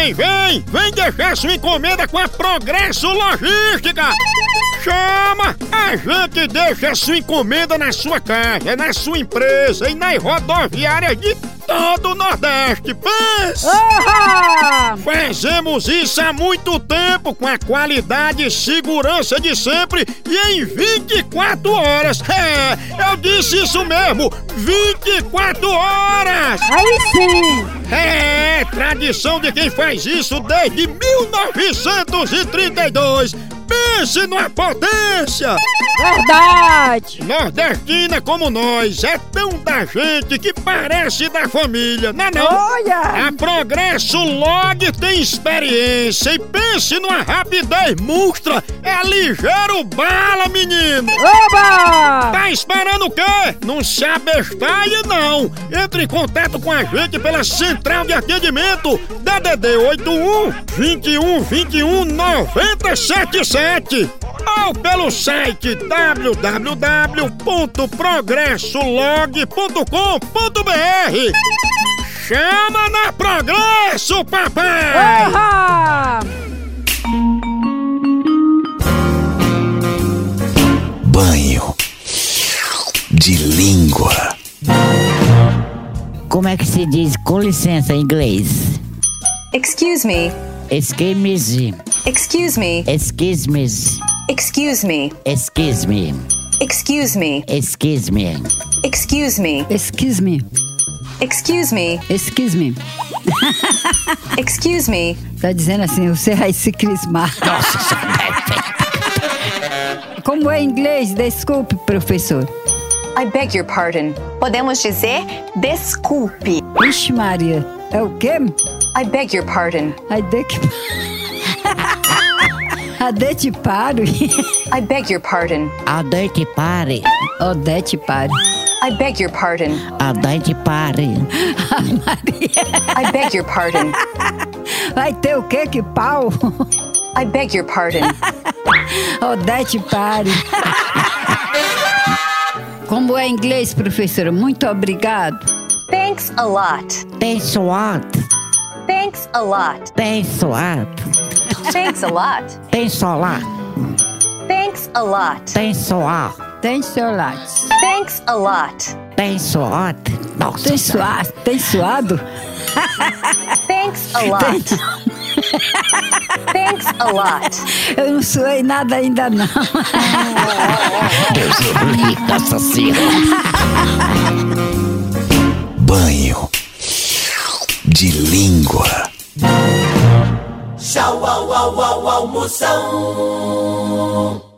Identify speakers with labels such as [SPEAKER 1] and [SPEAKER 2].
[SPEAKER 1] Vem deixar sua encomenda com a Progresso Logística. Chama! A gente deixa sua encomenda na sua casa, na sua empresa e nas rodoviárias de todo o Nordeste. Pensa! Fazemos isso há muito tempo com a qualidade e segurança de sempre e em 24 horas. Eu disse isso mesmo, 24 horas!
[SPEAKER 2] Aí sim!
[SPEAKER 1] Tradição de quem faz isso desde 1932. Pense numa potência!
[SPEAKER 2] Verdade!
[SPEAKER 1] Nordestina como nós, é tão da gente que parece da família, não é não?
[SPEAKER 2] Olha!
[SPEAKER 1] A Progresso Log tem experiência e pense numa rapidez monstra, é ligeiro bala, menino!
[SPEAKER 2] Oba!
[SPEAKER 1] Tá esperando o quê? Não se abestalhe não! Entre em contato com a gente pela central de atendimento DDD 81 21 21 977 ou pelo site www.progressolog.com.br. Chama na Progresso, papai!
[SPEAKER 3] Banho de língua.
[SPEAKER 4] Como é que se diz com licença em inglês?
[SPEAKER 5] Excuse me.
[SPEAKER 4] Excuse me.
[SPEAKER 5] Excuse me.
[SPEAKER 4] Excuse me.
[SPEAKER 5] Excuse me.
[SPEAKER 4] Excuse me.
[SPEAKER 5] Excuse me.
[SPEAKER 4] Excuse me.
[SPEAKER 5] Excuse me.
[SPEAKER 2] Excuse me.
[SPEAKER 5] Excuse me.
[SPEAKER 2] Excuse me.
[SPEAKER 5] Excuse me.
[SPEAKER 2] Tá dizendo assim, você vai se crismar.
[SPEAKER 4] Nossa, isso é perfeito.
[SPEAKER 2] Como é em inglês? Desculpe, professor.
[SPEAKER 5] I beg your pardon.
[SPEAKER 6] Podemos dizer desculpe.
[SPEAKER 2] Ixi, Maria. É o quê?
[SPEAKER 5] I beg your pardon.
[SPEAKER 2] Adete pare.
[SPEAKER 5] I beg your pardon.
[SPEAKER 4] Adete pare.
[SPEAKER 2] Odete pare.
[SPEAKER 5] I beg your pardon.
[SPEAKER 4] Adete pare.
[SPEAKER 5] I beg your pardon.
[SPEAKER 2] Vai ter o quê? Que pau?
[SPEAKER 5] I beg your pardon.
[SPEAKER 2] Odete pare. Como é em inglês, professora? Muito obrigado.
[SPEAKER 5] Thanks a lot.
[SPEAKER 4] Thanks what?
[SPEAKER 5] Thanks a lot.
[SPEAKER 4] Thanks what?
[SPEAKER 5] Thanks a lot.
[SPEAKER 4] Thanks a lot.
[SPEAKER 5] Thanks a lot.
[SPEAKER 4] Thanks what?
[SPEAKER 2] Tem seu lápis.
[SPEAKER 5] Thanks a lot.
[SPEAKER 4] Thanks what? Nossa.
[SPEAKER 2] Tem suado? Tem suado?
[SPEAKER 5] Thanks a lot. Thanks a lot.
[SPEAKER 2] Eu não suei nada ainda não.
[SPEAKER 4] Deus me nossa senhora.
[SPEAKER 3] Banho de língua.
[SPEAKER 7] Tchau, au, au, au, almoção.